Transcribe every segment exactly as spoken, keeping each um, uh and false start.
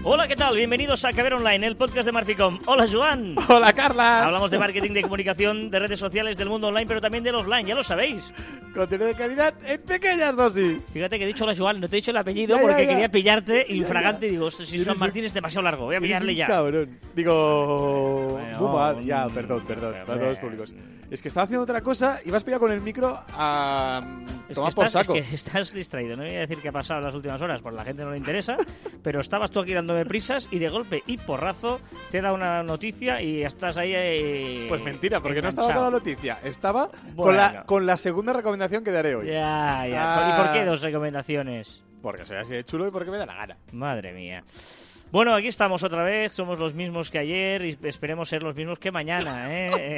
Hola, ¿qué tal? Bienvenidos a Caber Online, el podcast de Marficom. Hola, Joan. Hola, Carla. Hablamos de marketing, de comunicación, de redes sociales, del mundo online, pero también del offline, ya lo sabéis. Contenido de calidad en pequeñas dosis. Fíjate que he dicho hola, Joan, no te he dicho el apellido Ya, ya, porque ya. quería pillarte Ya, infragante ya. y digo, ostras, si Eres Joan un- Martín es demasiado largo, voy a Eres pillarle un ya. cabrón. Digo... Bueno, muy mal. Ya, mm, perdón, perdón. hombre, Para todos los públicos. Es que estaba haciendo otra cosa y vas a pillar con el micro a... Es tomar que, por estás, saco. es que estás distraído, no voy a decir qué ha pasado en las últimas horas, porque a la gente no le interesa, pero estabas tú aquí dándome prisas y de golpe y porrazo te da una noticia y estás ahí eh, Pues mentira, porque no enganchado. estaba con la noticia. Estaba con, Bueno. la, con la segunda recomendación que daré hoy. Ya, ya. Ah. ¿Y por qué dos recomendaciones? Porque soy así de chulo y porque me da la gana. Madre mía. Bueno, aquí estamos otra vez, somos los mismos que ayer y esperemos ser los mismos que mañana, ¿eh?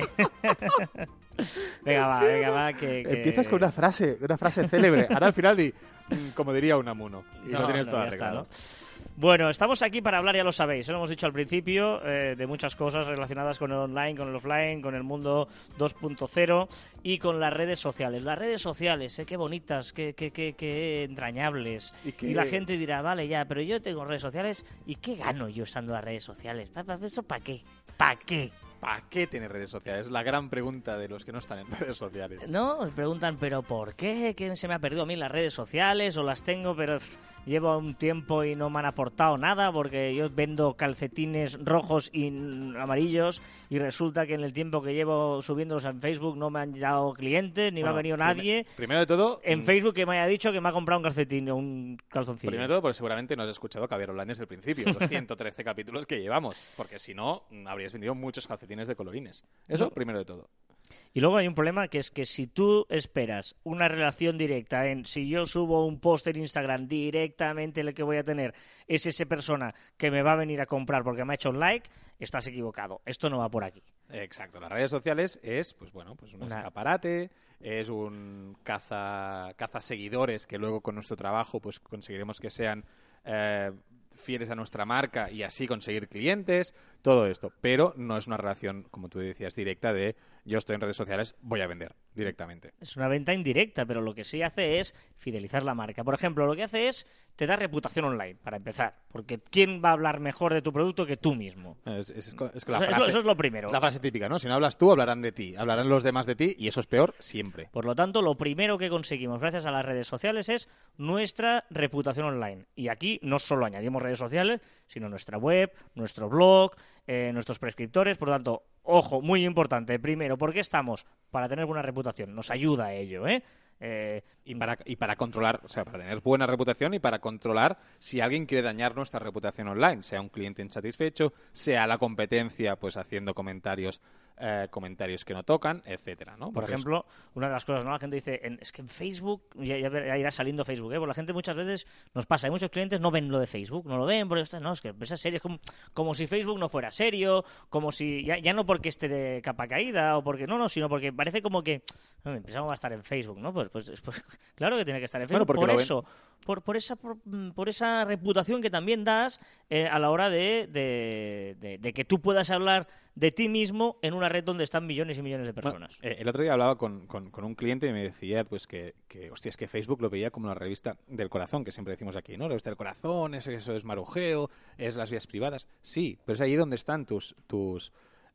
venga, va, venga, va, que... que- Empiezas con una frase, una frase célebre. Ahora al final di, mm, como diría Unamuno. Y No, lo tienes no, todo ya está, arreglado. ¿no? Bueno, estamos aquí para hablar, ya lo sabéis, ¿eh? Lo hemos dicho al principio, eh, de muchas cosas relacionadas con el online, con el offline, con el mundo dos punto cero y con las redes sociales. Las redes sociales, ¿eh? Qué bonitas, qué, qué, qué, qué entrañables. Y Y, qué- la gente dirá, vale, ya, pero yo tengo redes sociales, ¿y qué gano yo usando las redes sociales? ¿Pa- pa- ¿Eso para qué? ¿Para qué? ¿Para qué tener redes sociales? Es la gran pregunta de los que no están en redes sociales. ¿No? Os preguntan, ¿pero por qué? ¿Qué se me ha perdido a mí las redes sociales? ¿O las tengo, pero pff, llevo un tiempo y no me han aportado nada? Porque yo vendo calcetines rojos y mm, amarillos y resulta que en el tiempo que llevo subiéndolos en Facebook no me han dado clientes, ni me ha Bueno, venido prime- nadie Primero de todo... en mm, Facebook que me haya dicho que me ha comprado un calcetín o un calzoncillo. Primero de todo, porque seguramente no has escuchado Caviar Online desde el principio, los ciento trece capítulos que llevamos, porque si no, mm, habrías vendido muchos calcetines de colorines. Eso, No. primero de todo. Y luego hay un problema que es que si tú esperas una relación directa en si yo subo un post en Instagram directamente lo que voy a tener es esa persona que me va a venir a comprar porque me ha hecho un like, estás equivocado. Esto no va por aquí. Exacto, las redes sociales es, pues bueno, pues un Una- escaparate, es un caza, caza seguidores que luego con nuestro trabajo pues conseguiremos que sean eh, fieles a nuestra marca y así conseguir clientes, todo esto. Pero no es una relación, como tú decías, directa de yo estoy en redes sociales, voy a vender directamente. Es una venta indirecta, pero lo que sí hace es fidelizar la marca. Por ejemplo, lo que hace es te da reputación online, para empezar. Porque ¿quién va a hablar mejor de tu producto que tú mismo? Es, es- es co- es que la O sea, eso- frase- eso es lo primero. es la frase típica, ¿no? Si no hablas tú, hablarán de ti. Hablarán los demás de ti y eso es peor siempre. Por lo tanto, lo primero que conseguimos gracias a las redes sociales es nuestra reputación online. Y aquí no solo añadimos redes sociales, sino nuestra web, nuestro blog, eh, nuestros prescriptores. Por lo tanto, ojo, muy importante. Primero, ¿por qué estamos? Para tener buena reputación. Nos ayuda a ello, ¿eh? Eh, Y para, y para controlar, o sea, para tener buena reputación y para controlar si alguien quiere dañar nuestra reputación online, sea un cliente insatisfecho, sea la competencia, pues haciendo comentarios eh, comentarios que no tocan, etcétera, ¿no? Por Porque ejemplo, una de las cosas, ¿no? La gente dice, en- es que en Facebook, ya, ya ver- ya irá saliendo Facebook, ¿eh? Porque la gente muchas veces nos pasa, hay muchos clientes no ven lo de Facebook, no lo ven, porque esto, no, es que empresa seria, es como, como si Facebook no fuera serio, como si, ya, ya no porque esté de capa caída, o porque, no, no, sino porque parece como que, no, mi empresa no va a estar en Facebook, ¿no? Pues, pues, pues claro que tiene que estar en Bueno, Facebook, porque por lo ven- eso, por, por esa por, por esa reputación que también das eh, a la hora de, de, de- de que tú puedas hablar de ti mismo en una red donde están millones y millones de Bueno, personas. eh, el otro día hablaba con, con- con un cliente y me decía pues que, que, hostia, es que Facebook lo veía como la revista del corazón, que siempre decimos aquí, ¿no? La revista del corazón, eso, eso es marujeo, es las vías privadas. Sí, pero es ahí donde están tus... tus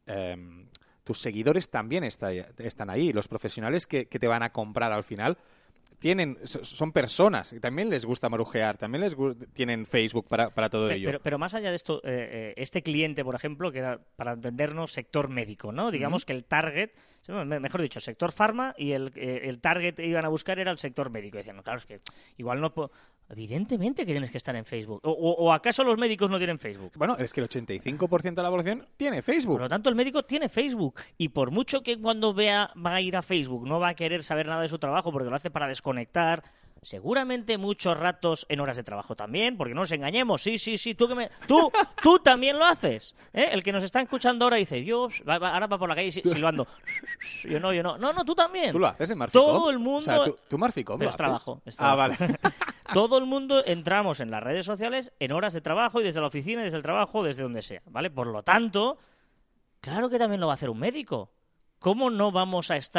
em, tus seguidores también está- están ahí. Los profesionales que, que te van a comprar al final tienen so- son personas y también les gusta marujear, también les gu- tienen Facebook para, para todo Pe- ello. Pero, pero más allá de esto, eh, eh, este cliente, por ejemplo, que era, para entendernos, sector médico, ¿no? Digamos que el target, me- mejor dicho, sector farma y el, eh, el target que iban a buscar era el sector médico. Y decían, no, claro, es que igual no... po- Evidentemente que tienes que estar en Facebook. O, o- ¿O acaso los médicos no tienen Facebook? Bueno, es que el ochenta y cinco por ciento de la población tiene Facebook. Por lo tanto, el médico tiene Facebook. Y por mucho que cuando vea va a ir a Facebook no va a querer saber nada de su trabajo porque lo hace para desconectar, seguramente muchos ratos en horas de trabajo también, porque no nos engañemos. Sí, sí, sí, tú que me... Tú, tú también lo haces. ¿Eh? El que nos está escuchando ahora dice, yo, va- va- ahora va por la calle si- silbando. Yo no, yo no. No, no, tú también. ¿Tú lo haces en Marficom? Todo el mundo... O sea, ¿tú, tú Marficom Pero lo es haces? trabajo, es Ah, trabajo. vale. Todo el mundo entramos en las redes sociales en horas de trabajo y desde la oficina, desde el trabajo, desde donde sea, ¿vale? Por lo tanto, claro que también lo va a hacer un médico. ¿Cómo no vamos a estar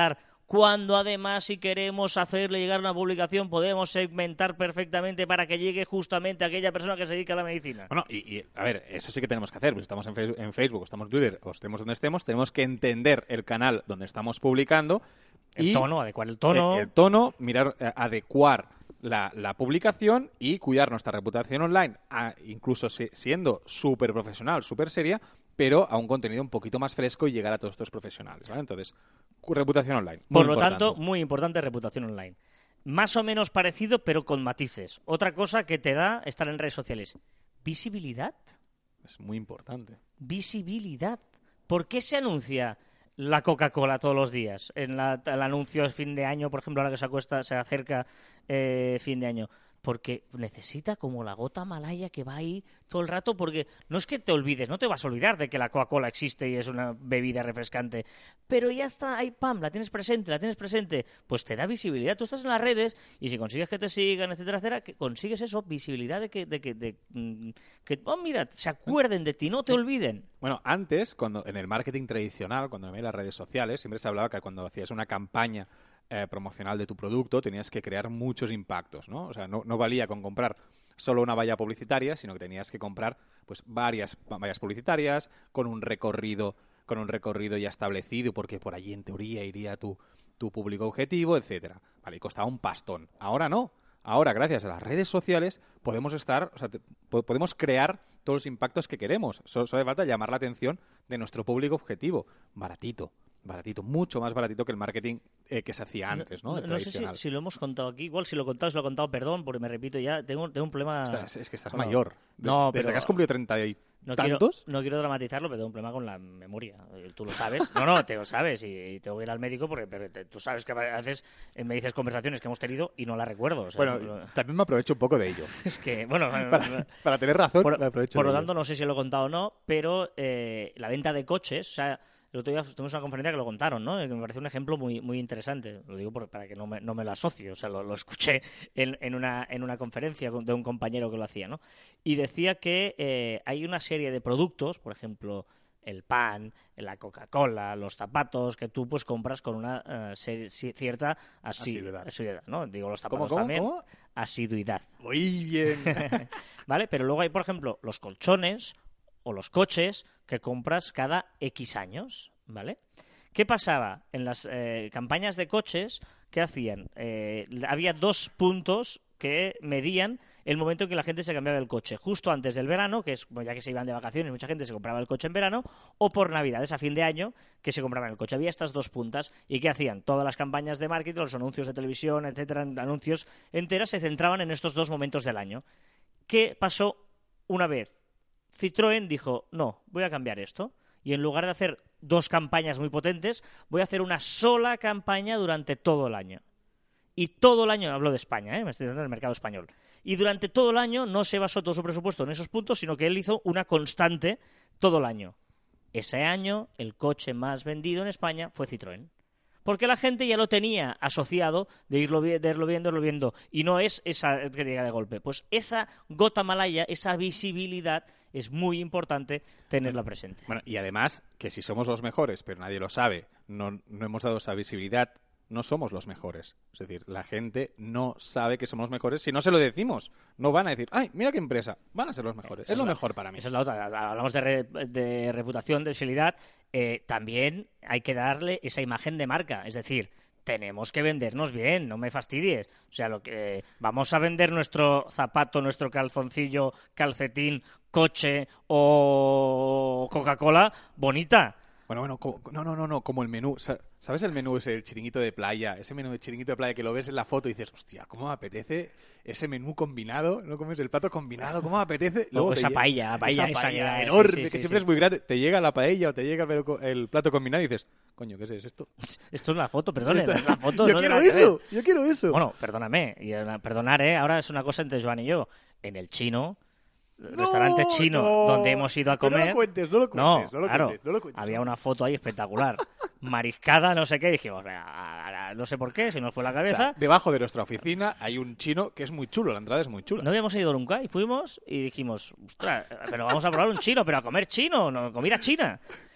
cuando además si queremos hacerle llegar una publicación podemos segmentar perfectamente para que llegue justamente a aquella persona que se dedica a la medicina. Bueno, y, y a ver, eso sí que tenemos que hacer, pues estamos en Facebook, en Facebook, estamos en Twitter, o estemos donde estemos, tenemos que entender el canal donde estamos publicando. El y tono, adecuar el tono. El, el tono, mirar, eh, adecuar la, la publicación y cuidar nuestra reputación online, a, incluso si, siendo súper profesional, súper seria, pero a un contenido un poquito más fresco y llegar a todos estos profesionales, ¿vale? Entonces, reputación online. Muy Por lo importante. tanto, muy importante reputación online. Más o menos parecido, pero con matices. Otra cosa que te da estar en redes sociales. ¿Visibilidad? Es muy importante. Visibilidad. ¿Por qué se anuncia la Coca-Cola todos los días? En la, el anuncio de fin de año, por ejemplo, ahora que se acuesta, se acerca eh, fin de año. Porque necesita como la gota malaya que va ahí todo el rato, porque no es que te olvides, no te vas a olvidar de que la Coca-Cola existe y es una bebida refrescante, pero ya está, ahí, pam, la tienes presente, la tienes presente, pues te da visibilidad. Tú estás en las redes y si consigues que te sigan, etcétera, etcétera, que consigues eso, visibilidad de que, de que, de, mm, que oh, mira, se acuerden de ti, no te olviden. Bueno, antes, cuando en el marketing tradicional, cuando en las redes sociales, siempre se hablaba que cuando hacías una campaña Eh, promocional de tu producto, tenías que crear muchos impactos, ¿no? O sea, no, no valía con comprar solo una valla publicitaria, sino que tenías que comprar pues varias vallas publicitarias con un recorrido, con un recorrido ya establecido, porque por allí en teoría iría tu, tu público objetivo, etcétera. Vale, y costaba un pastón. Ahora no. Ahora, gracias a las redes sociales, podemos estar, o sea, te, podemos crear todos los impactos que queremos. Solo, solo hace falta llamar la atención de nuestro público objetivo. Baratito. Baratito, mucho más baratito que el marketing eh, que se hacía antes, ¿no? No, no, no sé si, si lo hemos contado aquí. Igual si lo he contado, si lo he contado, perdón, porque me repito ya. Tengo, tengo un problema... Estás, es que estás bueno, mayor. De, no, desde pero... que has cumplido treinta y no tantos... Quiero, no quiero dramatizarlo, pero tengo un problema con la memoria. Tú lo sabes. No, no, te lo sabes. Y, y tengo que ir al médico porque pero te, tú sabes que a veces me dices conversaciones que hemos tenido y no las recuerdo. O sea, bueno, no, también me aprovecho un poco de ello. Es que, bueno... para, para tener razón, por, me aprovecho Por de lo ello. tanto, no sé si lo he contado o no, pero eh, la venta de coches... O sea, el otro día tuvimos una conferencia que lo contaron, ¿no? Que me pareció un ejemplo muy muy interesante. Lo digo por, para que no me, no me lo asocie. O sea, lo, lo escuché en, en, una, en una conferencia de un compañero que lo hacía, ¿no? Y decía que eh, hay una serie de productos, por ejemplo, el pan, la Coca-Cola, los zapatos, que tú pues compras con una uh, serie, cierta asi asiduidad. asiduidad, ¿no? Digo, los zapatos ¿Cómo, cómo, también. ¿cómo? Asiduidad. Muy bien. ¿Vale? Pero luego hay, por ejemplo, los colchones o los coches que compras cada X años, ¿vale? ¿Qué pasaba? En las eh, campañas de coches, ¿qué hacían? Eh, había dos puntos que medían el momento en que la gente se cambiaba el coche. Justo antes del verano, que es ya que se iban de vacaciones, mucha gente se compraba el coche en verano, o por Navidades, a fin de año, que se compraban el coche. Había estas dos puntas. ¿Y qué hacían? Todas las campañas de marketing, los anuncios de televisión, etcétera, anuncios enteras, se centraban en estos dos momentos del año. ¿Qué pasó una vez? Citroën dijo, no, voy a cambiar esto. Y en lugar de hacer dos campañas muy potentes, voy a hacer una sola campaña durante todo el año. Y todo el año, hablo de España, ¿eh? Me estoy dando del mercado español. Y durante todo el año no se basó todo su presupuesto en esos puntos, sino que él hizo una constante todo el año. Ese año, el coche más vendido en España fue Citroën. Porque la gente ya lo tenía asociado de irlo, de irlo viendo, irlo viendo. Y no es esa que llega de golpe. Pues esa gota malaya, esa visibilidad, es muy importante tenerla presente. Bueno, y además, que si somos los mejores, pero nadie lo sabe, no, no hemos dado esa visibilidad, no somos los mejores. Es decir, la gente no sabe que somos los mejores si no se lo decimos. No van a decir, ay, mira qué empresa, van a ser los mejores. Esa es lo la, mejor para mí. Esa es la otra. Hablamos de, re, de reputación, de visibilidad. Eh, también hay que darle esa imagen de marca. Es decir, tenemos que vendernos bien, no me fastidies. O sea, lo que vamos a vender nuestro zapato, nuestro calzoncillo, calcetín, coche o Coca-Cola bonita. Bueno, bueno, como, no, no, no, no, como el menú. ¿Sabes el menú ese, el chiringuito de playa? Ese menú de chiringuito de playa que lo ves en la foto y dices, hostia, ¿cómo me apetece ese menú combinado? ¿No comes el plato combinado? ¿Cómo me apetece? Luego esa paella, paella, esa paella esa enorme, sí, sí, que sí, siempre sí. es muy grande. Te llega la paella o te llega el, el plato combinado y dices, coño, ¿qué es esto? Esto es la foto, perdón, es la foto. Yo no quiero eso, yo quiero eso. Bueno, perdóname, y, perdonar, ¿eh? Ahora es una cosa entre Joan y yo. En el chino... No, restaurante chino no, donde hemos ido a comer. No lo cuentes, no lo cuentes. No, no lo claro, cuentes, no lo cuentes, había no. una foto ahí espectacular. Mariscada, no sé qué. Dijimos, no sé por qué, si nos fue la cabeza. O sea, debajo de nuestra oficina hay un chino que es muy chulo, la entrada es muy chula. No habíamos ido nunca y fuimos y dijimos, ostras, pero vamos a probar un chino, pero a comer chino, no, comida china.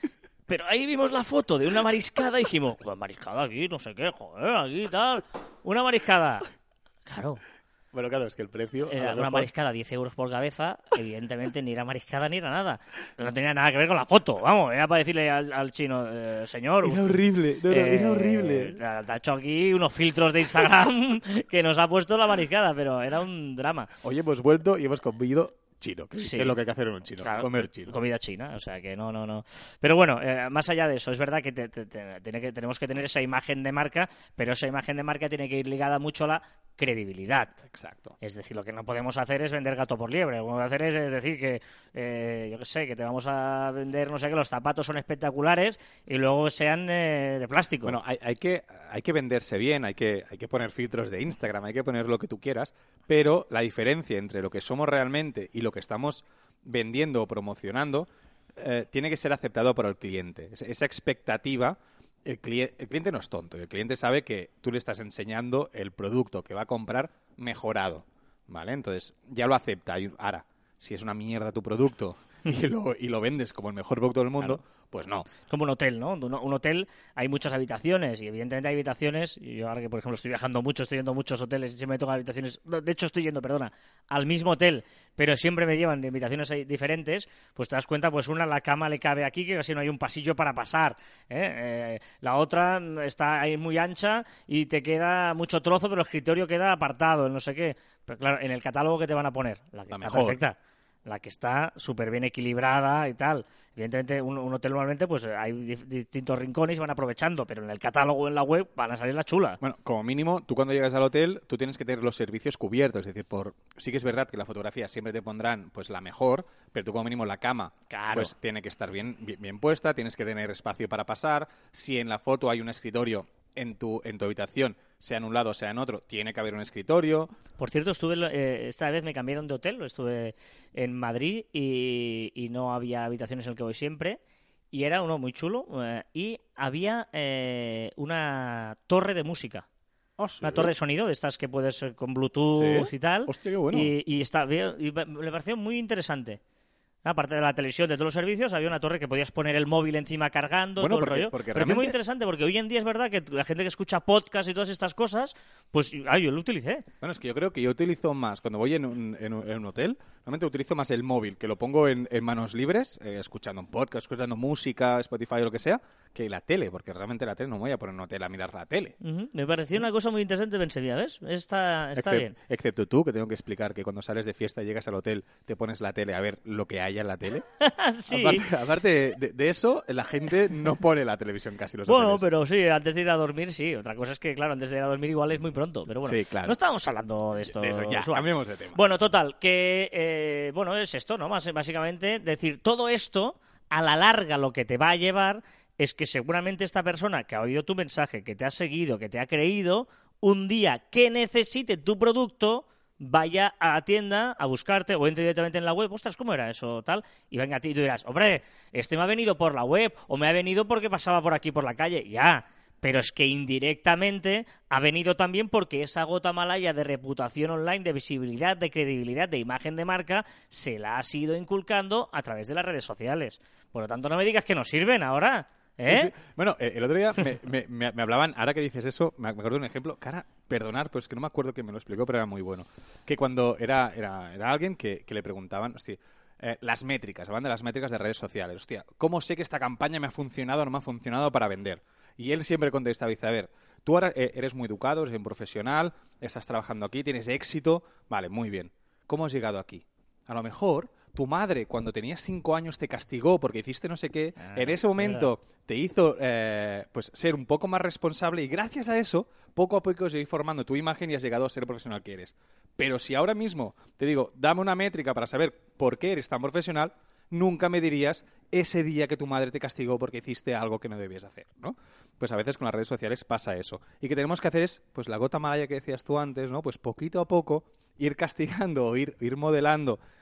Pero ahí vimos la foto de una mariscada y dijimos, pues mariscada aquí, no sé qué, joder, aquí tal. Una mariscada. Claro. Bueno, claro, es que el precio... Era a lo una mejor- mariscada diez euros por cabeza, evidentemente ni era mariscada ni era nada. No tenía nada que ver con la foto, vamos, era para decirle al, al chino, eh, señor... Era usted, horrible, no, no, eh, era horrible. Te ha hecho aquí unos filtros de Instagram que nos ha puesto la mariscada, pero era un drama. Hoy hemos vuelto y hemos comido chino, que, Sí. que es lo que hay que hacer en un chino, Claro, comer chino. comida china, o sea que no, no, no. Pero bueno, eh, más allá de eso, es verdad que, te- te- te- tiene que tenemos que tener esa imagen de marca, pero esa imagen de marca tiene que ir ligada mucho a la credibilidad. Exacto. Es decir, lo que no podemos hacer es vender gato por liebre. Lo que podemos hacer es, es decir que, eh, yo qué sé, que te vamos a vender, no sé qué, los zapatos son espectaculares y luego sean eh, de plástico. Bueno, hay, hay que, hay que venderse bien, hay que, hay que poner filtros de Instagram, hay que poner lo que tú quieras, pero la diferencia entre lo que somos realmente y lo que estamos vendiendo o promocionando eh, tiene que ser aceptado por el cliente. Es- Esa expectativa, el, cli- el cliente no es tonto, el cliente sabe que tú le estás enseñando el producto que va a comprar mejorado, ¿vale? Entonces, ya lo acepta. Y ahora, si es una mierda tu producto y lo, y lo vendes como el mejor producto del mundo, Claro. pues no. Es como un hotel, ¿no? Un, un hotel hay muchas habitaciones y evidentemente hay habitaciones, y yo ahora que por ejemplo estoy viajando mucho, estoy yendo a muchos hoteles y siempre me tocan habitaciones, no, de hecho estoy yendo, perdona, al mismo hotel, pero siempre me llevan de habitaciones ahí diferentes, pues te das cuenta, pues una, la cama le cabe aquí, que casi no hay un pasillo para pasar, ¿eh? Eh, la otra está ahí muy ancha y te queda mucho trozo, pero el escritorio queda apartado, el no sé qué. Pero claro, en el catálogo que te van a poner, la que La está mejor. perfecta. La que está súper bien equilibrada y tal. Evidentemente, un, un hotel normalmente pues hay dif- distintos rincones y van aprovechando, pero en el catálogo o en la web van a salir las chulas. Bueno, como mínimo, tú cuando llegas al hotel, tú tienes que tener los servicios cubiertos. Es decir, por sí que es verdad que la fotografía siempre te pondrán pues la mejor, pero tú como mínimo la cama Claro. pues tiene que estar bien, bien, bien puesta, tienes que tener espacio para pasar. Si en la foto hay un escritorio en tu, en tu habitación, sea en un lado o sea en otro, tiene que haber un escritorio. Por cierto, estuve eh, esta vez me cambiaron de hotel, estuve en Madrid y, y no había habitaciones en el que voy siempre. Y era uno muy chulo eh, y había eh, una torre de música. Una torre de sonido de estas que puedes eh, con Bluetooth ¿Sí? y tal. Hostia, qué bueno. Y, y, está, bien- y me me pareció muy interesante. Aparte de la televisión, de todos los servicios, había una torre que podías poner el móvil encima cargando, Bueno, todo porque- el rollo. porque Pero fue muy realmente- interesante porque hoy en día es verdad que la gente que escucha podcast y todas estas cosas, pues ah, yo lo utilicé. Bueno, es que yo creo que yo utilizo más, cuando voy en un, en un, en un hotel, normalmente utilizo más el móvil, que lo pongo en, en manos libres, eh, escuchando un podcast, escuchando música, Spotify o lo que sea, que la tele, porque realmente la tele no me voy a poner en un hotel a mirar la tele. Ujú. Me pareció una cosa muy interesante, pensé, mira, ¿ves? Está, está Excep- bien. Excepto tú, que tengo que explicar que cuando sales de fiesta y llegas al hotel, te pones la tele a ver lo que haya en la tele. Sí. Aparte, aparte de, de eso, la gente no pone la televisión casi los Bueno, hoteles. pero sí, antes de ir a dormir, sí. Otra cosa es que, claro, antes de ir a dormir igual es muy pronto, pero bueno. Sí, claro. No estábamos hablando de esto. De eso, ya, Joan. cambiemos de tema. Bueno, total, que, eh, bueno, es esto, ¿no? Más, básicamente, decir, todo esto, a la larga, lo que te va a llevar es que seguramente esta persona que ha oído tu mensaje, que te ha seguido, que te ha creído, un día que necesite tu producto, vaya a la tienda a buscarte o entre directamente en la web, ostras, ¿cómo era eso? Tal, y venga a ti y tú dirás, hombre, este me ha venido por la web o me ha venido porque pasaba por aquí por la calle, ya, pero es que indirectamente ha venido también porque esa gota malaya de reputación online, de visibilidad, de credibilidad, de imagen de marca, se la ha ido inculcando a través de las redes sociales. Por lo tanto, no me digas que no sirven ahora. ¿Eh? Sí, sí. Bueno, eh, el otro día me, me- me- me hablaban, ahora que dices eso, me me acuerdo de un ejemplo, cara, perdonar, pues que no me acuerdo que me lo explicó, pero era muy bueno. Que cuando era, era, era alguien que, que le preguntaban, hostia, eh, las métricas, hablan de las métricas de redes sociales, hostia, ¿cómo sé que esta campaña me ha funcionado o no me ha funcionado para vender? Y él siempre contestaba, dice, a ver, tú ahora eh, eres muy educado, eres un profesional, estás trabajando aquí, tienes éxito, vale, muy bien. ¿Cómo has llegado aquí? A lo mejor tu madre, cuando tenías cinco años, te castigó porque hiciste no sé qué. Ah, En ese momento te hizo eh, pues ser un poco más responsable y gracias a eso, poco a poco se formando tu imagen y has llegado a ser el profesional que eres. Pero si ahora mismo te digo, dame una métrica para saber por qué eres tan profesional, nunca me dirías ese día que tu madre te castigó porque hiciste algo que no debías hacer, ¿no? Pues a veces con las redes sociales pasa eso. Y que tenemos que hacer es, pues la gota malaya que decías tú antes, ¿no? Pues poquito a poco ir castigando o ir, ir modelando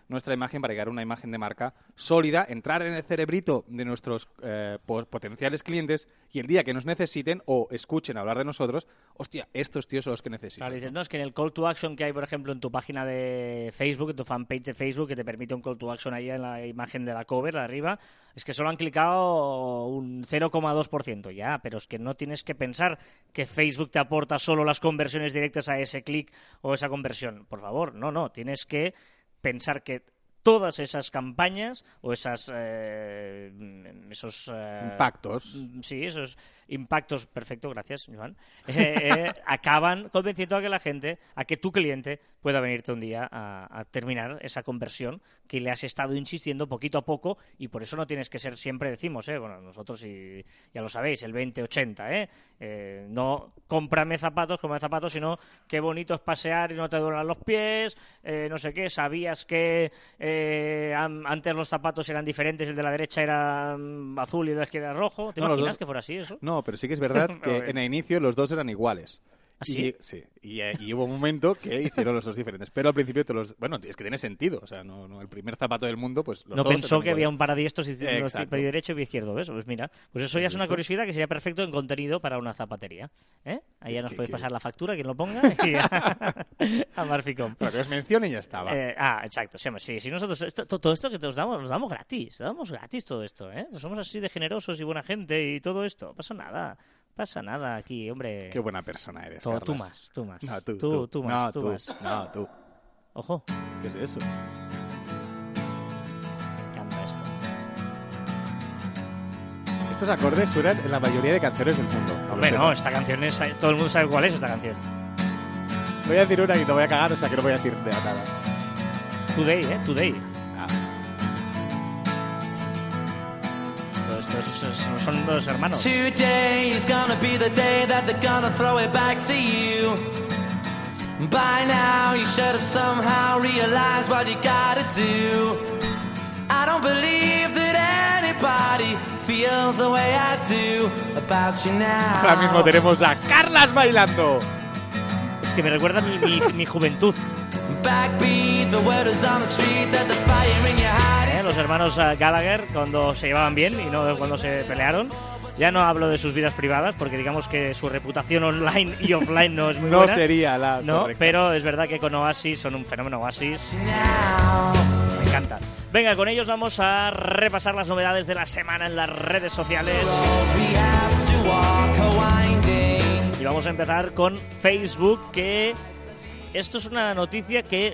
nuestra imagen para crear una imagen de marca sólida, entrar en el cerebrito de nuestros eh, potenciales clientes y el día que nos necesiten o escuchen hablar de nosotros, hostia, estos tíos son los que necesitan. Claro, dices, no, es que en el call to action que hay, por ejemplo, en tu página de Facebook, en tu fanpage de Facebook, que te permite un call to action ahí en la imagen de la cover, de arriba, es que solo han clicado un cero coma dos por ciento ya, pero es que no tienes que pensar que Facebook te aporta solo las conversiones directas a ese clic o esa conversión. Por favor, no, no, tienes que pensar que todas esas campañas o esas eh, esos eh, impactos sí, esos impactos, perfecto, gracias, Joan, eh, eh, acaban convenciendo a que la gente, a que tu cliente pueda venirte un día a, a terminar esa conversión que le has estado insistiendo poquito a poco, y por eso no tienes que ser, siempre decimos, eh, bueno, nosotros y, ya lo sabéis, el veinte ochenta, eh, eh, no cómprame zapatos, cómprame zapatos, sino qué bonito es pasear y no te duelen los pies, eh, no sé qué, sabías que eh, antes los zapatos eran diferentes, el de la derecha era azul y el de la izquierda era rojo, ¿te no, imaginas dos... que fuera así eso? No, pero sí que es verdad que en el inicio los dos eran iguales. ¿Ah, sí? Y, sí, y, y hubo un momento que hicieron los dos diferentes. Pero al principio, te los, bueno, es que tiene sentido. O sea, no, no el primer zapato del mundo, pues los No dos pensó eran que iguales. había un paradiestros y Exacto. pie derecho y pie izquierdo, ¿ves? Pues mira, pues eso ya es una ¿Listo? curiosidad que sería perfecto en contenido para una zapatería, ¿eh? Ahí ya nos ¿Qué- podéis qué? pasar la factura, quien lo ponga, y a, a Marficom. Para que os mencione y ya estaba. Eh, ah, exacto, sí, hombre, sí, sí, nosotros esto- to- todo esto que nos damos, nos damos gratis, damos gratis todo esto, ¿eh? Somos así de generosos y buena gente y todo esto, no pasa nada, pasa nada aquí, hombre. Qué buena persona eres, Todo, tú Carlas. más, tú más, No, tú, tú, tú. tú más, no, tú tú. más. No, tú. Ojo, ¿Qué es eso? me encanta esto. Estos acordes suenan en la mayoría de canciones del mundo. No lo Hombre, no, sepas. esta canción es, todo el mundo sabe cuál es esta canción. Voy a decir una y no voy a cagar, o sea que no voy a decir de nada. Today, ¿eh? Today. Ah. Esto, esto, esto, esto son dos hermanos. Today is gonna be the day that they're gonna throw it back to you. By now you should have somehow realized what you gotta do. I don't believe that anybody feels the way I do about you now. Ahora mismo tenemos a Carlas bailando. Es que me recuerda mi, mi, mi juventud. Backbeat, the word is on the street that the fire in your heart ¿eh? is Los hermanos uh, Gallagher, cuando se llevaban bien y no cuando se pelearon. Ya no hablo de sus vidas privadas, porque digamos que su reputación online y offline no es muy No buena. sería la No, correcta. pero es verdad que con Oasis son un fenómeno. Oasis now. me encanta. Venga, con ellos vamos a repasar las novedades de la semana en las redes sociales. We have to walk a winding. Y vamos a empezar con Facebook, que esto es una noticia que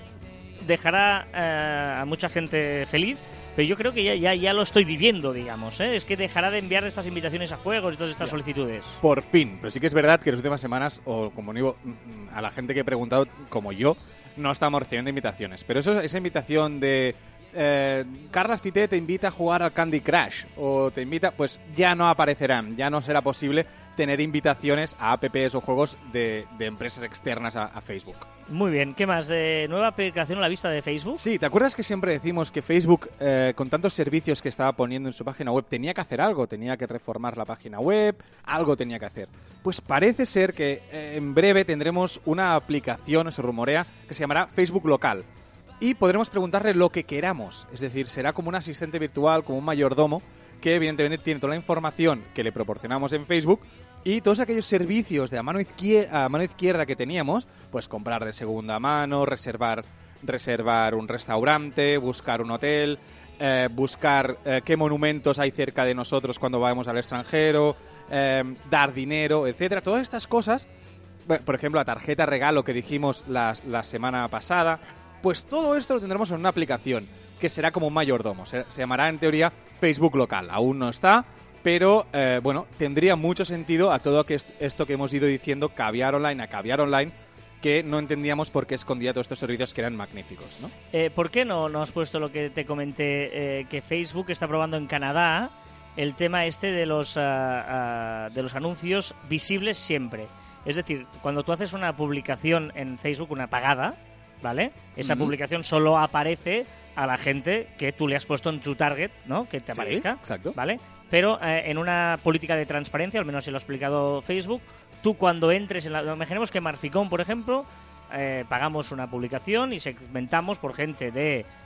dejará eh, a mucha gente feliz, pero yo creo que ya, ya, ya lo estoy viviendo, digamos, ¿eh? Es que dejará de enviar estas invitaciones a juegos y todas estas solicitudes. Por fin. Pero sí que es verdad que en las últimas semanas, o como digo, a la gente que he preguntado, como yo, no estamos recibiendo invitaciones. Pero eso, esa invitación de eh, Carlas Fité te invita a jugar al Candy Crush, o te invita, pues ya no aparecerán, ya no será posible tener invitaciones a apps o juegos de, de empresas externas a, a Facebook. Muy bien, ¿qué más? ¿De nueva aplicación a la vista de Facebook? Sí, ¿te acuerdas que siempre decimos que Facebook, eh, con tantos servicios que estaba poniendo en su página web, tenía que hacer algo? Tenía que reformar la página web, algo tenía que hacer. Pues parece ser que eh, en breve tendremos una aplicación, se rumorea, que se llamará Facebook Local. Y podremos preguntarle lo que queramos. Es decir, será como un asistente virtual, como un mayordomo, que evidentemente tiene toda la información que le proporcionamos en Facebook y todos aquellos servicios de a mano, izquierda, a mano izquierda que teníamos, pues comprar de segunda mano, reservar, reservar un restaurante, buscar un hotel, eh, buscar eh, qué monumentos hay cerca de nosotros cuando vamos al extranjero, eh, dar dinero, etcétera. Todas estas cosas, bueno, por ejemplo, la tarjeta regalo que dijimos la, la semana pasada, pues todo esto lo tendremos en una aplicación que será como un mayordomo. Se, se llamará en teoría Facebook Local. Aún no está, pero eh, bueno, tendría mucho sentido a todo que est- esto que hemos ido diciendo, caviar online a caviar online, que no entendíamos por qué escondía todos estos servicios que eran magníficos, ¿no? Eh, ¿Por qué no, no has puesto lo que te comenté, eh, que Facebook está probando en Canadá el tema este de los, ah, ah, de los anuncios visibles siempre? Es decir, cuando tú haces una publicación en Facebook, una pagada, ¿vale? Esa Ujú. publicación solo aparece a la gente que tú le has puesto en tu target, ¿no? Que te Sí, aparezca, exacto. ¿vale? Pero eh, en una política de transparencia, al menos así lo ha explicado Facebook, tú cuando entres en la... Imaginemos que Marficom, por ejemplo, eh, pagamos una publicación y segmentamos por gente de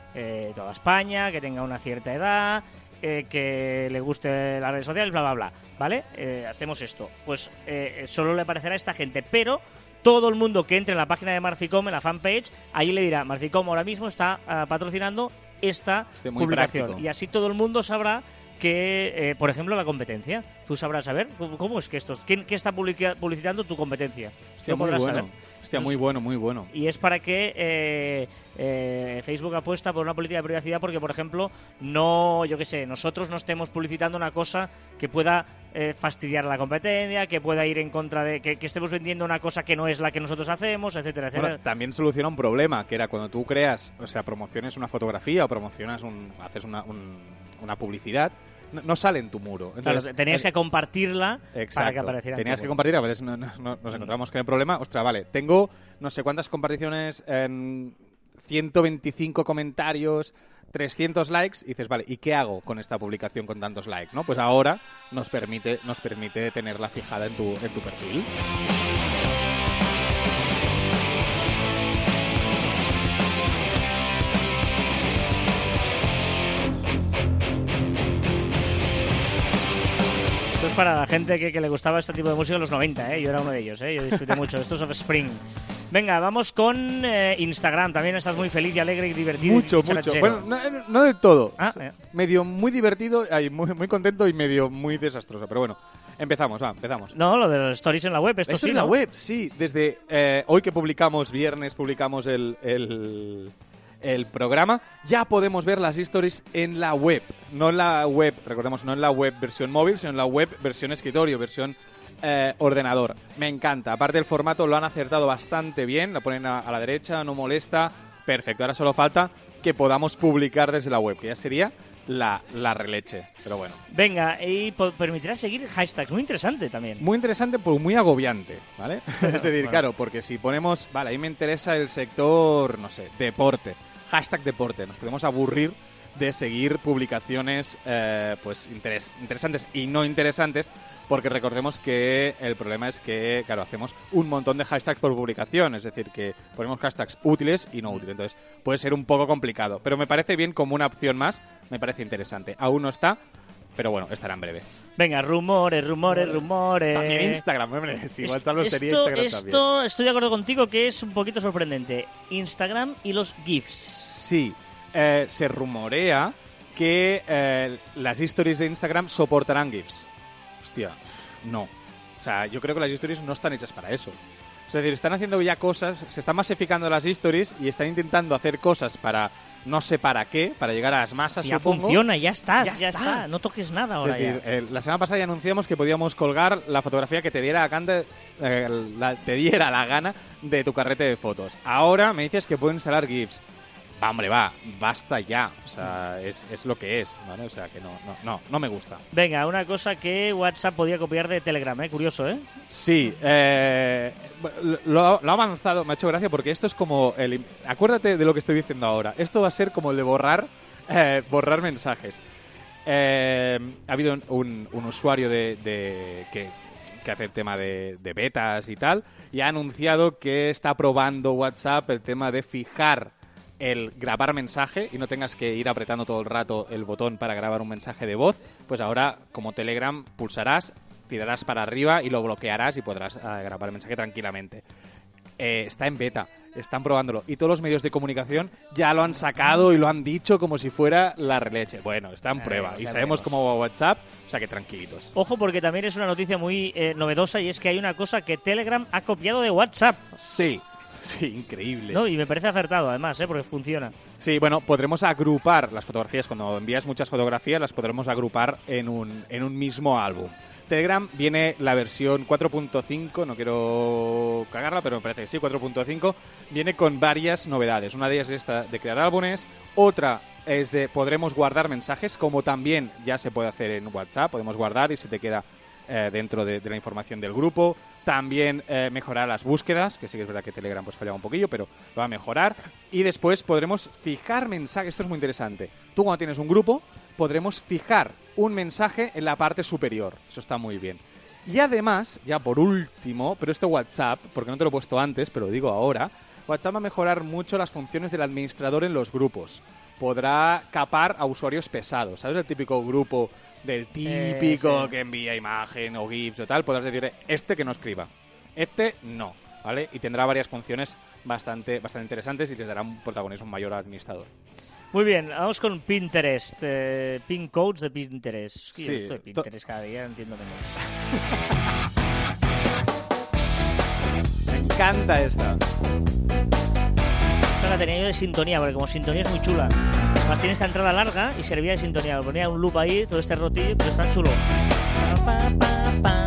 eh, toda España, que tenga una cierta edad, eh, que le guste las redes sociales, bla, bla, bla, ¿vale? Eh, hacemos esto. Pues eh, solo le aparecerá a esta gente, pero todo el mundo que entre en la página de Marficom, en la fanpage, ahí le dirá, Marficom ahora mismo está uh, patrocinando esta Este muy publicación. práctico. Y así todo el mundo sabrá que, eh, por ejemplo, la competencia. Tú sabrás saber cómo, cómo es que esto, ¿quién, ¿qué está publica- publicitando tu competencia? Hostia, Lo muy podrás bueno. saber. Hostia, muy bueno, muy bueno. Y es para que eh, eh, Facebook apuesta por una política de privacidad porque, por ejemplo, no, yo qué sé, nosotros no estemos publicitando una cosa que pueda eh, fastidiar la competencia, que pueda ir en contra de... Que, que estemos vendiendo una cosa que no es la que nosotros hacemos, etcétera, etcétera. Bueno, también soluciona un problema, que era cuando tú creas, o sea, promociones una fotografía o promocionas un... haces una, un- una publicidad, no, no sale en tu muro. Entonces, Claro, tenías eh, que compartirla Exacto. para que apareciera en Tenías tu que web. compartir, a veces no- no- no- nos encontramos con el problema. Ostras, vale, tengo no sé cuántas comparticiones, en ciento veinticinco comentarios, trescientos likes, y dices, vale, ¿y qué hago con esta publicación con tantos likes? ¿No? Pues ahora nos permite, nos permite tenerla fijada en tu, en tu perfil. Esto es para la gente que, que le gustaba este tipo de música en los noventa, ¿eh? Yo era uno de ellos, ¿eh? Yo disfruté mucho. Esto es Offspring. Venga, vamos con eh, Instagram. También estás muy feliz y alegre y divertido. Mucho, y mucho. charachero. Bueno, no, no del todo. Ah, O sea, eh. medio muy divertido, ay, muy, muy contento y medio muy desastroso. Pero bueno, empezamos, va, empezamos. No, lo de los stories en la web, esto Esto sí, en la ¿no? web, sí. Desde eh, hoy que publicamos, viernes, publicamos el, el, el programa, ya podemos ver las stories en la web. No en la web, recordemos, no en la web versión móvil, sino en la web versión escritorio, versión eh, ordenador. Me encanta. Aparte el formato lo han acertado bastante bien, lo ponen a, a la derecha, no molesta. Perfecto, ahora solo falta que podamos publicar desde la web, que ya sería la, la releche. Pero bueno. Venga, y po- permitirá seguir hashtags. Muy interesante también. Muy interesante, pero muy agobiante, ¿vale? Es decir, Bueno. claro, porque si ponemos, vale, ahí me interesa el sector, no sé, deporte, hashtag deporte, nos podemos aburrir de seguir publicaciones eh, pues interes- interesantes y no interesantes, porque recordemos que el problema es que, claro, hacemos un montón de hashtags por publicación, es decir, que ponemos hashtags útiles y no útiles, entonces puede ser un poco complicado, pero me parece bien como una opción más, me parece interesante. Aún no está, pero bueno, estará en breve. Venga, rumores, rumores, rumores. También Instagram, hombre, si Es- WhatsApp lo sería, esto, Instagram esto también. estoy de acuerdo contigo que es un poquito sorprendente. Instagram y los GIFs. Sí, eh, se rumorea que eh, las stories de Instagram soportarán GIFs. Hostia, no. O sea, yo creo que las stories no están hechas para eso. Es decir, están haciendo ya cosas, se están masificando las stories y están intentando hacer cosas para no sé para qué, para llegar a las masas, Si ya supongo. funciona, ya estás, Ya ya, está. está. No toques nada Es ahora decir, ya. eh, la semana pasada ya anunciamos que podíamos colgar la fotografía que te diera, la, gana- eh, la- te diera la gana de tu carrete de fotos. Ahora me dices que puedo instalar GIFs. Va, hombre, va, basta ya. O sea, es, es lo que es, ¿vale? O sea, que no, no, no, no me gusta. Venga, una cosa que WhatsApp podía copiar de Telegram, ¿eh? Curioso, ¿eh? Sí, eh, lo, lo ha avanzado, me ha hecho gracia porque esto es como el... Acuérdate de lo que estoy diciendo ahora. Esto va a ser como el de borrar, eh, borrar mensajes. Eh, ha habido un, un usuario de, de- que, que hace el tema de, de betas y tal, y ha anunciado que está probando WhatsApp el tema de fijar el grabar mensaje y no tengas que ir apretando todo el rato el botón para grabar un mensaje de voz. Pues ahora, como Telegram, pulsarás, tirarás para arriba y lo bloquearás y podrás eh, grabar el mensaje tranquilamente. Eh, está en beta, están probándolo y todos los medios de comunicación ya lo han sacado y lo han dicho como si fuera la releche. Bueno, está en Eh, prueba y ya sabemos veremos. cómo va WhatsApp, o sea que tranquilitos. Ojo, porque también es una noticia muy eh, novedosa y es que hay una cosa que Telegram ha copiado de WhatsApp. Sí, sí, increíble. ¿No? Y me parece acertado, además, ¿eh? Porque funciona. Sí, bueno, podremos agrupar las fotografías. Cuando envías muchas fotografías, las podremos agrupar en un, en un mismo álbum. Telegram viene la versión cuatro punto cinco, no quiero cagarla, pero me parece que sí, cuatro punto cinco. Viene con varias novedades. Una de ellas es esta de crear álbumes. Otra es de podremos guardar mensajes, como también ya se puede hacer en WhatsApp. Podemos guardar y se te queda eh, dentro de, de la información del grupo. También eh, mejorar las búsquedas, que sí que es verdad que Telegram pues fallaba un poquillo, pero lo va a mejorar. Y después podremos fijar mensajes. Esto es muy interesante. Tú cuando tienes un grupo, podremos fijar un mensaje en la parte superior. Eso está muy bien. Y además, ya por último, pero esto WhatsApp, porque no te lo he puesto antes, pero lo digo ahora, WhatsApp va a mejorar mucho las funciones del administrador en los grupos. podrá capar a usuarios pesados. ¿Sabes? El típico grupo del típico Eh, sí. que envía imagen o GIFs o tal. Podrás decirle, este que no escriba, este no, ¿vale? Y tendrá varias funciones bastante, bastante interesantes y les dará un protagonismo mayor al administrador. Muy bien, vamos con Pinterest. Eh, pin codes de Pinterest. Es que yo Sí, esto de to- Pinterest cada día entiendo menos. Me encanta esta. Esta la tenía yo de sintonía, porque como sintonía es muy chula. Además tiene esta entrada larga y servía de sintonía. Le ponía un loop ahí, todo este rotillo, pero está chulo. Pa, pa, pa.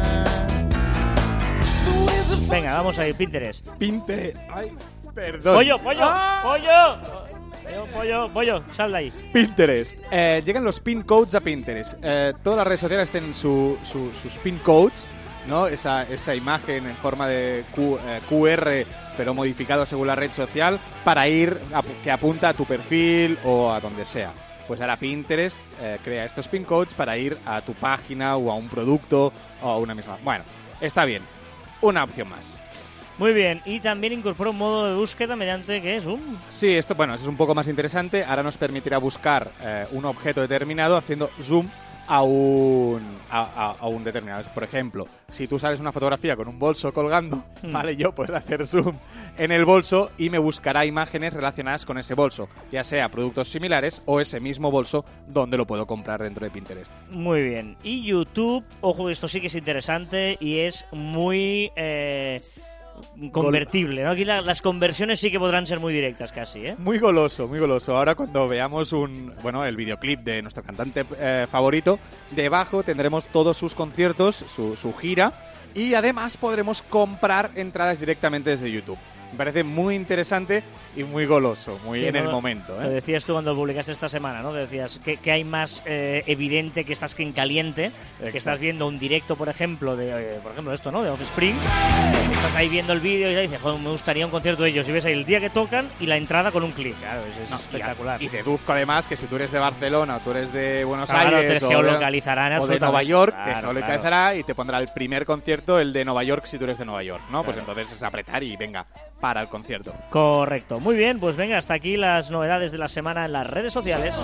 Venga, vamos a ir, Pinterest. Pinterest. Ay, perdón. ¡Pollo, pollo! ¡Ah! ¡Pollo! Pollo, pollo, pollo, sal de ahí. Pinterest. Eh, llegan los pin codes a Pinterest. Eh, todas las redes sociales tienen su, su- sus pin codes, ¿no? Esa, esa imagen en forma de Q- eh, Q R, pero modificado según la red social, para ir a- que apunta a tu perfil o a donde sea. Pues ahora Pinterest eh, crea estos pin codes para ir a tu página o a un producto o a una misma. Bueno, está bien. Una opción más. Muy bien, y también incorpora un modo de búsqueda mediante, ¿qué es? Un... Sí, esto, bueno, eso es un poco más interesante. Ahora nos permitirá buscar eh, un objeto determinado haciendo zoom a un, a, a- a un determinado. Por ejemplo, si tú sales una fotografía con un bolso colgando, Hmm. vale, yo puedo hacer zoom en el bolso y me buscará imágenes relacionadas con ese bolso, ya sea productos similares o ese mismo bolso donde lo puedo comprar dentro de Pinterest. Muy bien. Y YouTube, ojo, esto sí que es interesante y es muy eh, convertible, ¿no? Aquí la- las conversiones sí que podrán ser muy directas casi, ¿eh? Muy goloso, muy goloso. Ahora cuando veamos un, bueno, el videoclip de nuestro cantante eh, favorito, debajo tendremos todos sus conciertos, su, su gira, y además podremos comprar entradas directamente desde YouTube. Me parece muy interesante y muy goloso, muy Sí, en el ¿no? momento, Lo ¿eh? decías tú cuando lo publicaste esta semana, ¿no? Que decías que, que hay más eh, evidente que estás que en caliente, que Exacto. estás viendo un directo, por ejemplo, de, eh, por ejemplo, esto, ¿no? De Offspring. Estás ahí viendo el vídeo y dices, joder, me gustaría un concierto de ellos. Y ves ahí el día que tocan y la entrada con un clic. Claro, eso es No, espectacular. Y, y deduzco además que si tú eres de Barcelona o tú eres de Buenos Claro, Aires te o, geolocalizarán de, o de absolutamente. Nueva York, Claro, te geolocalizará y te pondrá el primer concierto, el de Nueva York, si tú eres de Nueva York, ¿no? Pues Claro. entonces es apretar y venga, para el concierto. Correcto. Muy bien, pues venga, hasta aquí las novedades de la semana en las redes sociales.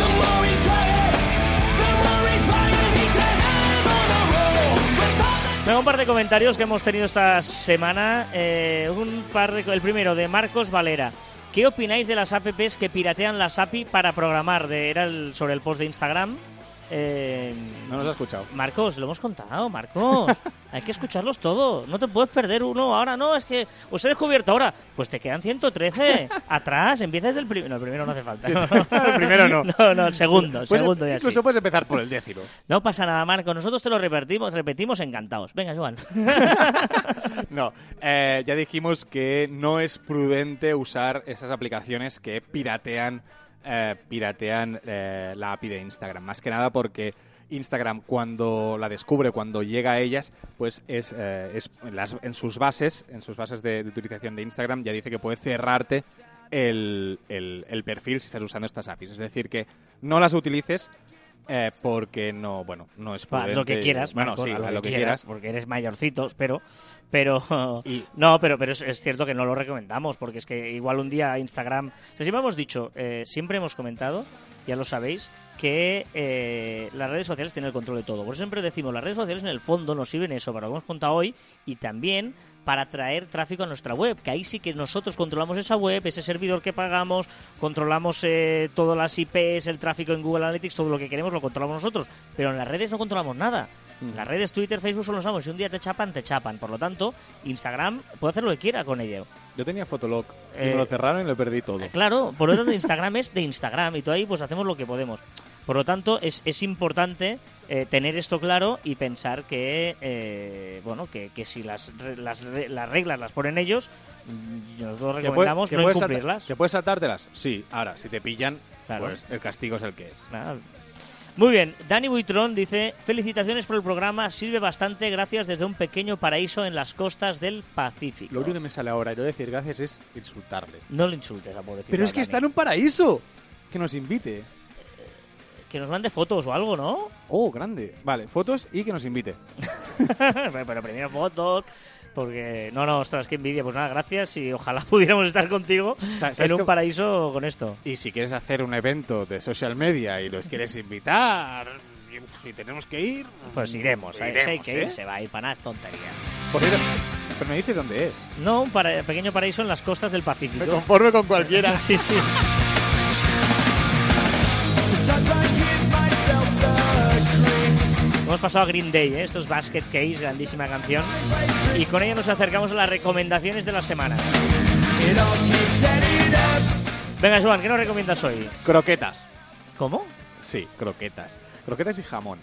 Venga, un par de comentarios que hemos tenido esta semana. Eh, un par de, el primero de Marcos Valera. ¿Qué opináis de las apps que piratean las A P I para programar? De, era el, sobre el post de Instagram. Eh, No nos ha escuchado. Marcos, lo hemos contado, Marcos. Hay que escucharlos todos. No te puedes perder uno. Ahora no, es que os he descubierto ahora. Pues te quedan ciento trece. Atrás, empiezas del primero. No, el primero no hace falta. El primero no. No, no, el segundo. El Pues segundo ya sí. incluso puedes empezar por el décimo. No pasa nada, Marcos. Nosotros te lo repetimos, repetimos encantados. Venga, Joan. No, eh, ya dijimos que no es prudente usar esas aplicaciones que piratean, eh, piratean eh, la A P I de Instagram. Más que nada porque Instagram, cuando la descubre, cuando llega a ellas, pues es, eh, es en, las- en sus bases, en sus bases de, de utilización de Instagram, ya dice que puede cerrarte el, el- el perfil si estás usando estas A P Is. Es decir, que no las utilices eh, porque no, bueno, no es Pa, prudente. lo que quieras, Bueno, Marcos, sí, a a lo que quieras. porque eres mayorcito, pero pero Y- no, pero pero es, es cierto que no lo recomendamos, porque es que igual un día Instagram, o sea, siempre hemos dicho, eh, siempre hemos comentado, ya lo sabéis, que eh, las redes sociales tienen el control de todo. Por eso siempre decimos, las redes sociales en el fondo nos sirven eso, para lo que hemos contado hoy, y también para traer tráfico a nuestra web, que ahí sí que nosotros controlamos esa web, ese servidor que pagamos, controlamos eh, todas las I Pes, el tráfico en Google Analytics, todo lo que queremos lo controlamos nosotros, pero en las redes no controlamos nada. Las redes Twitter, Facebook son los amos, si un día te chapan, te chapan. Por lo tanto, Instagram puede hacer lo que quiera con ello. Yo tenía Fotolog y Eh, me lo cerraron y lo perdí todo. Eh, Claro, por lo tanto Instagram es de Instagram y todo ahí pues hacemos lo que podemos. Por lo tanto, es, es importante eh, tener esto claro y pensar que eh, bueno que, que si las, re- las, re- las reglas las ponen ellos, mm, nosotros ¿Que recomendamos puede- que no puedes incumplirlas. salta- ¿Que puedes saltártelas? Sí. Ahora, si te pillan, Claro. pues el castigo es el que es. Nada. Muy bien, Dani Buitrón dice: felicitaciones por el programa, sirve bastante, gracias desde un pequeño paraíso en las costas del Pacífico. Lo único que me sale ahora y no decir gracias es insultarle. No le insultes a pobrecito. Pero es que Dani. está en un paraíso. Que nos invite. Que nos mande fotos o algo, ¿no? Oh, grande. Vale, fotos y que nos invite. pero, pero primero fotos. Porque, no, no, ostras, qué envidia. Pues nada, gracias y ojalá pudiéramos estar contigo ¿Sabes en un qué? paraíso con esto. Y si quieres hacer un evento de social media y los quieres invitar, y, uf, si tenemos que ir, Pues iremos, ¿eh? iremos, Si hay que ¿eh? ir, se va a ir para nada, es tontería. Por cierto, pero me dice dónde es. No, un para- pequeño paraíso en las costas del Pacífico. Me conforme con cualquiera. Sí, sí. Hemos pasado a Green Day, ¿eh? Esto es Basket Case, grandísima canción. Y con ella nos acercamos a las recomendaciones de la semana. Venga, Joan, ¿qué nos recomiendas hoy? Croquetas. ¿Cómo? Sí, croquetas. Croquetas y jamón.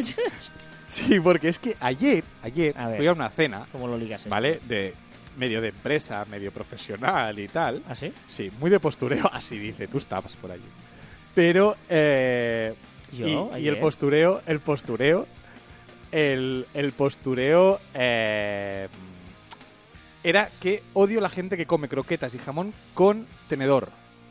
Sí, porque es que ayer, ayer A ver. fui a una cena, ¿Cómo lo ligas esto? ¿vale? De medio de empresa, medio profesional y tal. ¿Ah, sí? Sí, muy de postureo, así dice, tú estabas por allí. Pero, eh, Yo, y, y ayer. el postureo, el postureo, el, el postureo eh, era que odio la gente que come croquetas y jamón con tenedor.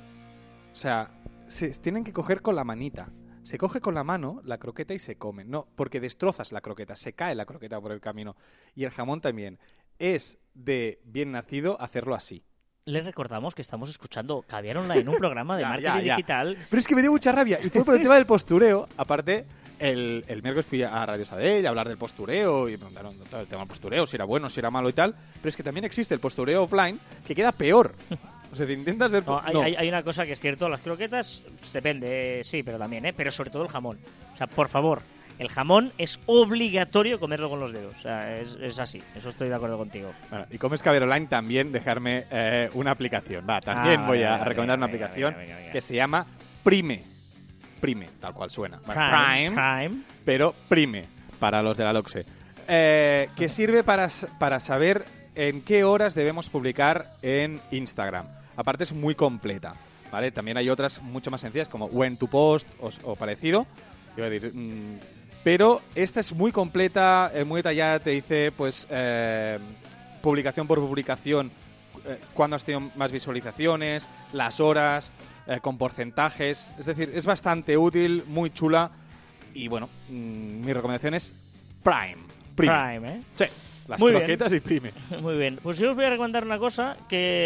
O sea, se tienen que coger con la manita. Se coge con la mano la croqueta y se come. No, porque destrozas la croqueta, se cae la croqueta por el camino. Y el jamón también. Es de bien nacido hacerlo así. Les recordamos que estamos escuchando Caviar Online, un programa de Ya, marketing ya, ya. digital. Pero es que me dio mucha rabia. Y fue por el tema del postureo. Aparte, el, el miércoles fui a Radio Sabadell a hablar del postureo y me preguntaron todo el tema del postureo, si era bueno, si era malo y tal. Pero es que también existe el postureo offline que queda peor. O sea, te intentas ser... No, hay, no. hay- hay una cosa que es cierto, las croquetas, depende, eh, sí, pero también, ¿eh? Pero sobre todo el jamón. O sea, por favor, el jamón es obligatorio comerlo con los dedos. O sea, es, es así, eso estoy de acuerdo contigo. Bueno, y comes Caber Online también dejarme eh, una aplicación. Va, también Ah, voy venga, a venga, recomendar una venga, aplicación venga, venga, venga. que se llama Prime. Prime, tal cual suena. Bueno, Prime, Prime. pero Prime, para los de la LOXE. Eh, que sirve para, s- para saber en qué horas debemos publicar en Instagram. Aparte es muy completa, ¿vale? También hay otras mucho más sencillas como When to Post o, o parecido. Iba a decir, mm, pero esta es muy completa, eh, muy detallada, te dice pues eh, publicación por publicación, eh, cuándo has tenido más visualizaciones, las horas, eh, con porcentajes. Es decir, es bastante útil, muy chula. Y bueno, mm, mi recomendación es Prime. Prime. Prime, ¿eh? Sí, las Muy bien. croquetas y Prime. Muy bien. Pues yo os voy a recomendar una cosa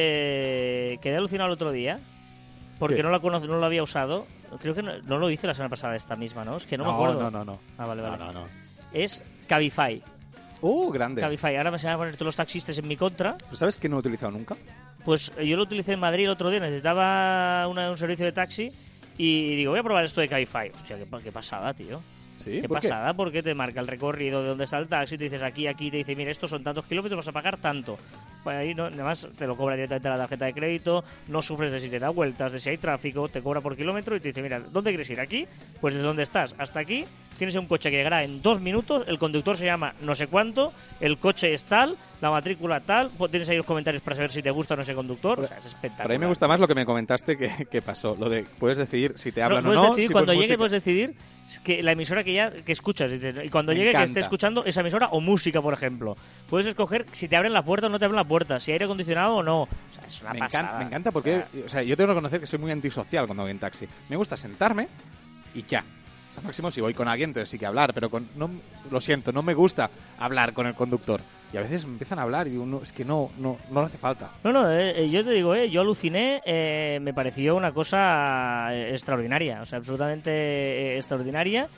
que quedé alucinado el otro día. Porque ¿Qué? no la conoce, no lo había usado. Creo que no, no lo hice la semana pasada esta misma, ¿no? Es que no, me acuerdo. No, no, no. Ah, vale, vale. No, no, no. Es Cabify. Uh, grande. Cabify. Ahora me se van a poner todos los taxistas en mi contra. ¿Pero ¿Sabes que no he utilizado nunca? Pues yo lo utilicé en Madrid el otro día. Necesitaba una- un servicio de taxi. Y digo, voy a probar esto de Cabify. Hostia, qué, pa- qué pasada, tío. Sí, Qué ¿por qué? pasada, porque te marca el recorrido de dónde está el taxi, te dices aquí, aquí, te dice, mira, estos son tantos kilómetros, vas a pagar tanto. Pues ahí no, además te lo cobra directamente la tarjeta de crédito, no sufres de si te da vueltas, de si hay tráfico, te cobra por kilómetro y te dice, mira, ¿dónde quieres ir? Aquí, pues desde donde estás hasta aquí, tienes un coche que llegará en dos minutos, el conductor se llama no sé cuánto, el coche es tal, la matrícula tal, pues tienes ahí los comentarios para saber si te gusta o no ese conductor, o sea, es espectacular. Por ahí me gusta más lo que me comentaste que, que pasó. Lo de puedes decidir si te No, hablan puedes o no. decidir, si cuando pones llegue música. puedes decidir que la emisora que ya que escuchas dices, y cuando Me llegue que encanta. esté escuchando esa emisora o música, por ejemplo. Puedes escoger si te abren la puerta o no te abren la puerta, si hay aire acondicionado o no. O sea, es una Me pasada. encanta, me encanta porque, o sea, yo tengo que reconocer que soy muy antisocial cuando voy en taxi. Me gusta sentarme y ya. O sea, máximo si voy con alguien, entonces sí que hablar, pero con, no, lo siento, no me gusta hablar con el conductor. Y a veces me empiezan a hablar y digo, no, es que no, no, no hace falta. No, no, eh, eh, yo te digo, eh, yo aluciné, eh, me pareció una cosa eh, extraordinaria, o sea, absolutamente eh, extraordinaria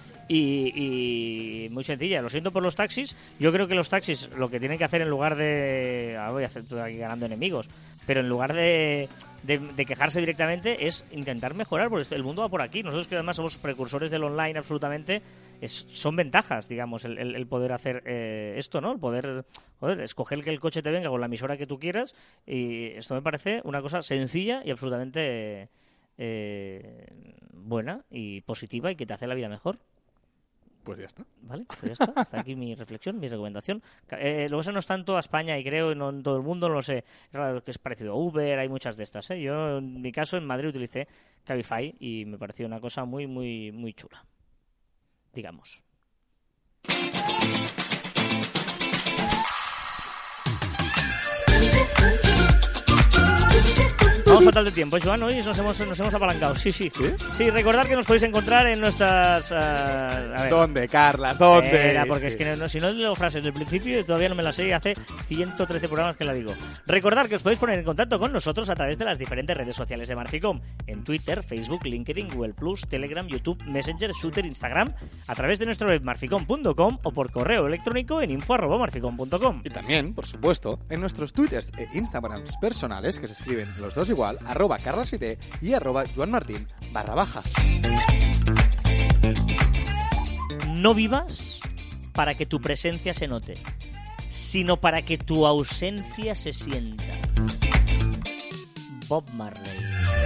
y, y muy sencilla. Lo siento por los taxis, yo creo que los taxis lo que tienen que hacer en lugar de... Ahora voy a hacer todo aquí ganando enemigos, pero en lugar de, de, de quejarse directamente es intentar mejorar, porque el mundo va por aquí. Nosotros que además somos precursores del online absolutamente, es, son ventajas, digamos, el, el, el poder hacer eh, esto, ¿no? El poder... Joder, escoger que el coche te venga con la emisora que tú quieras y esto me parece una cosa sencilla y absolutamente eh, buena y positiva y que te hace la vida mejor. Pues ya está. ¿Vale? Pues ya está. Hasta aquí mi reflexión, mi recomendación. Eh, lo que pasa no es tanto a España y creo no en todo el mundo, no lo sé. Es raro que es parecido a Uber, hay muchas de estas. ¿eh? Yo, en mi caso, en Madrid utilicé Cabify y me pareció una cosa muy, muy, muy chula. Digamos. Vamos Vamos fatal de tiempo, Joan, hoy nos hemos, nos hemos apalancado. Sí, sí. ¿Sí? Sí, recordad que nos podéis encontrar en nuestras... Uh, a ver. ¿Dónde, Carlas? ¿Dónde? Espera, porque es que no, si no leo frases del principio, todavía no me las sé y hace ciento trece programas que la digo. Recordad que os podéis poner en contacto con nosotros a través de las diferentes redes sociales de Marficom. En Twitter, Facebook, LinkedIn, Google Plus, Telegram, YouTube, Messenger, Shooter, Instagram, a través de nuestro web marficom punto com o por correo electrónico en info arroba marficom punto com. Y también, por supuesto, en nuestros twitters e instagrams personales, que se escriben los dos igual, arroba carlasfite y arroba joanmartin barra baja. No vivas para que tu presencia se note, sino para que tu ausencia se sienta. Bob Marley.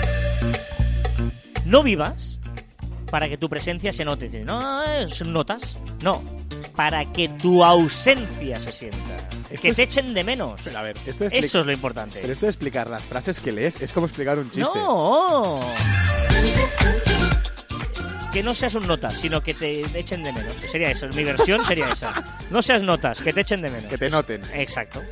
No vivas para que tu presencia se note. No, no, no, notas. No, para que tu ausencia se sienta. Esto Que es- te echen de menos. Pero a ver, esto de Eso expli- es lo importante. Pero esto de explicar las frases que lees es como explicar un chiste. No. Que no seas un notas, sino que te echen de menos. Sería eso, mi versión sería esa. No seas notas, que te echen de menos. Que te noten. Exacto.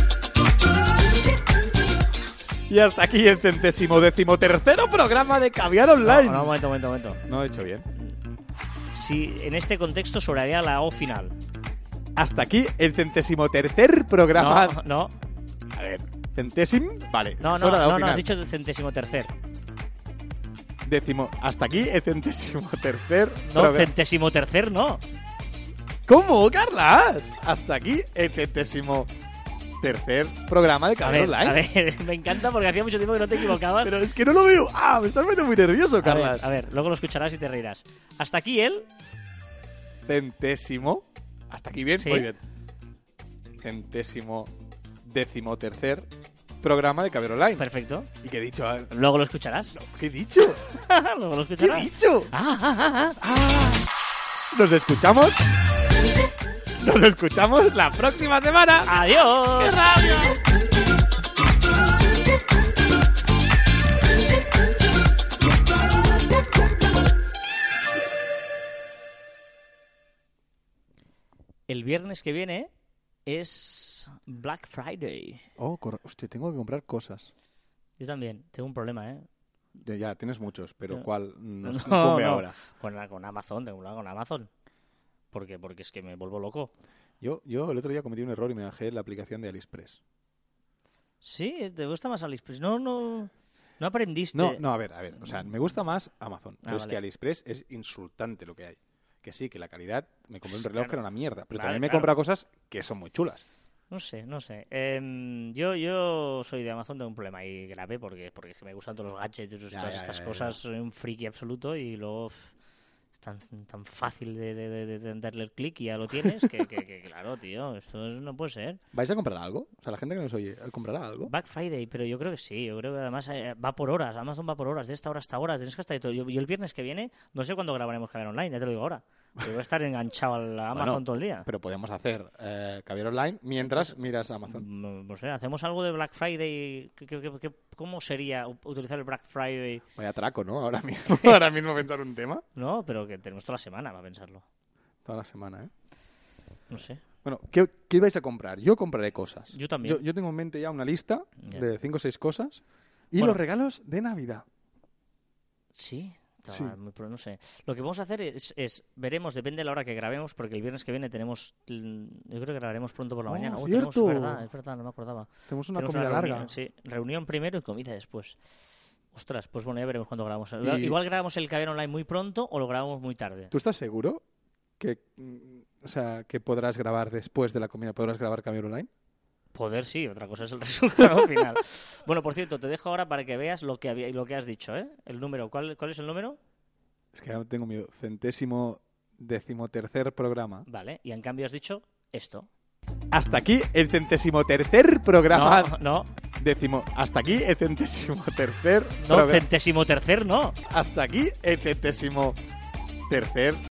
Y hasta aquí el centésimo décimo tercero programa de Caviar Online. No, no, un momento, un momento, un momento. No he hecho bien. Si en este contexto sobraría la O final. Hasta aquí el centésimo tercer programa. No, no, A ver, centésimo, vale. no, no, sobra la O no, no, final. has dicho centésimo tercer. Décimo, hasta aquí el centésimo tercer No, programa. centésimo tercer no. ¿Cómo, Carlas? Hasta aquí el centésimo tercer programa de A Caviar ver, Online. a ver, me encanta porque hacía mucho tiempo que no te equivocabas. Pero es que no lo veo. Ah, me estás metiendo muy nervioso, A Carlas. ver, a ver, luego lo escucharás y te reirás. Hasta aquí él. Centésimo. Hasta aquí bien, Sí. muy bien. Centésimo décimo tercer programa de Caviar Online. Perfecto. ¿Y qué he dicho? Ah, Luego lo escucharás. ¿Qué he dicho? Luego lo ¿Qué he escucharás. dicho? Ah, ah, ah, ah. Nos escuchamos. Nos escuchamos la próxima semana. Adiós. El viernes que viene es Black Friday. Oh, cor- hostia, tengo que comprar cosas. Yo también, tengo un problema, ¿eh? Ya, ya, tienes muchos, pero No. ¿cuál nos No, incumbe no. ahora? Con, la- con Amazon, tengo una con Amazon. ¿Por qué? Porque es que me vuelvo loco. Yo, yo el otro día cometí un error y me bajé la aplicación de AliExpress. Sí, ¿te gusta más AliExpress? No, no, no aprendiste. No, no, a ver, a ver. O sea, me gusta más Amazon. Ah, Pero es vale. que AliExpress es insultante lo que hay. Que sí, que la calidad... Me compré un reloj Claro. que era una mierda. Pero Vale, también me he claro. comprado cosas que son muy chulas. No sé, no sé. Em, yo, yo soy de Amazon, tengo un problema ahí grave porque, porque es que me gustan todos los gadgets y todas Ya, estas, ya, estas ya, ya. cosas. Soy un friki absoluto y luego uf, es tan, tan fácil de, de, de- de darle el clic y ya lo tienes que, que, que, claro, tío, esto es- no puede ser. ¿Vais a comprar algo? O sea, la gente que nos oye, ¿comprará algo? Black Friday, pero yo creo que sí. Yo creo que además eh, va por horas. Amazon va por horas. De esta hora a esta hora. Tienes que estar de todo. Yo, yo el viernes que viene, no sé cuándo grabaremos Caviar Online, ya te lo digo ahora. Porque voy a estar enganchado al Amazon Bueno, todo el día. Pero podemos hacer eh, Caviar Online mientras miras Amazon. No, no sé, hacemos algo de Black Friday. ¿Qué, qué- qué- qué- ¿Cómo sería u- utilizar el Black Friday? Vaya traco, ¿no? Ahora mismo, ahora mismo pensar un tema. No, pero que tenemos toda la semana para pensarlo. Toda la semana, ¿eh? No sé. Bueno, ¿qué, qué vais a comprar? Yo compraré cosas. Yo también. Yo, yo tengo en mente ya una lista Ya. de cinco o seis cosas. Y Bueno. los regalos de Navidad. Sí. Sí. Ah, muy pro- no sé. Lo que vamos a hacer es, es, veremos, depende de la hora que grabemos, porque el viernes que viene tenemos, mm, yo creo que grabaremos pronto por la Oh, mañana. Oh, cierto. tenemos- es verdad, es verdad, no me acordaba. Tenemos una Tenemos comida reunión, larga. Sí, reunión primero y comida después. Ostras, pues bueno, ya veremos cuándo grabamos. Y- Igual grabamos el Caviar Online muy pronto o lo grabamos muy tarde. ¿Tú estás seguro que, mm, o sea, que podrás grabar después de la comida? ¿Podrás grabar Caviar Online? Poder sí, otra cosa es el resultado final. Bueno, por cierto, te dejo ahora para que veas lo que había, lo que has dicho, ¿eh? El número, ¿cuál, cuál es el número? Es que ya tengo miedo. Centésimo decimotercer programa. Vale, y en cambio has dicho esto. Hasta aquí el centésimo tercer programa. No, no, Décimo. Hasta aquí el centésimo tercer no, programa. centésimo tercer no. Hasta aquí el centésimo tercer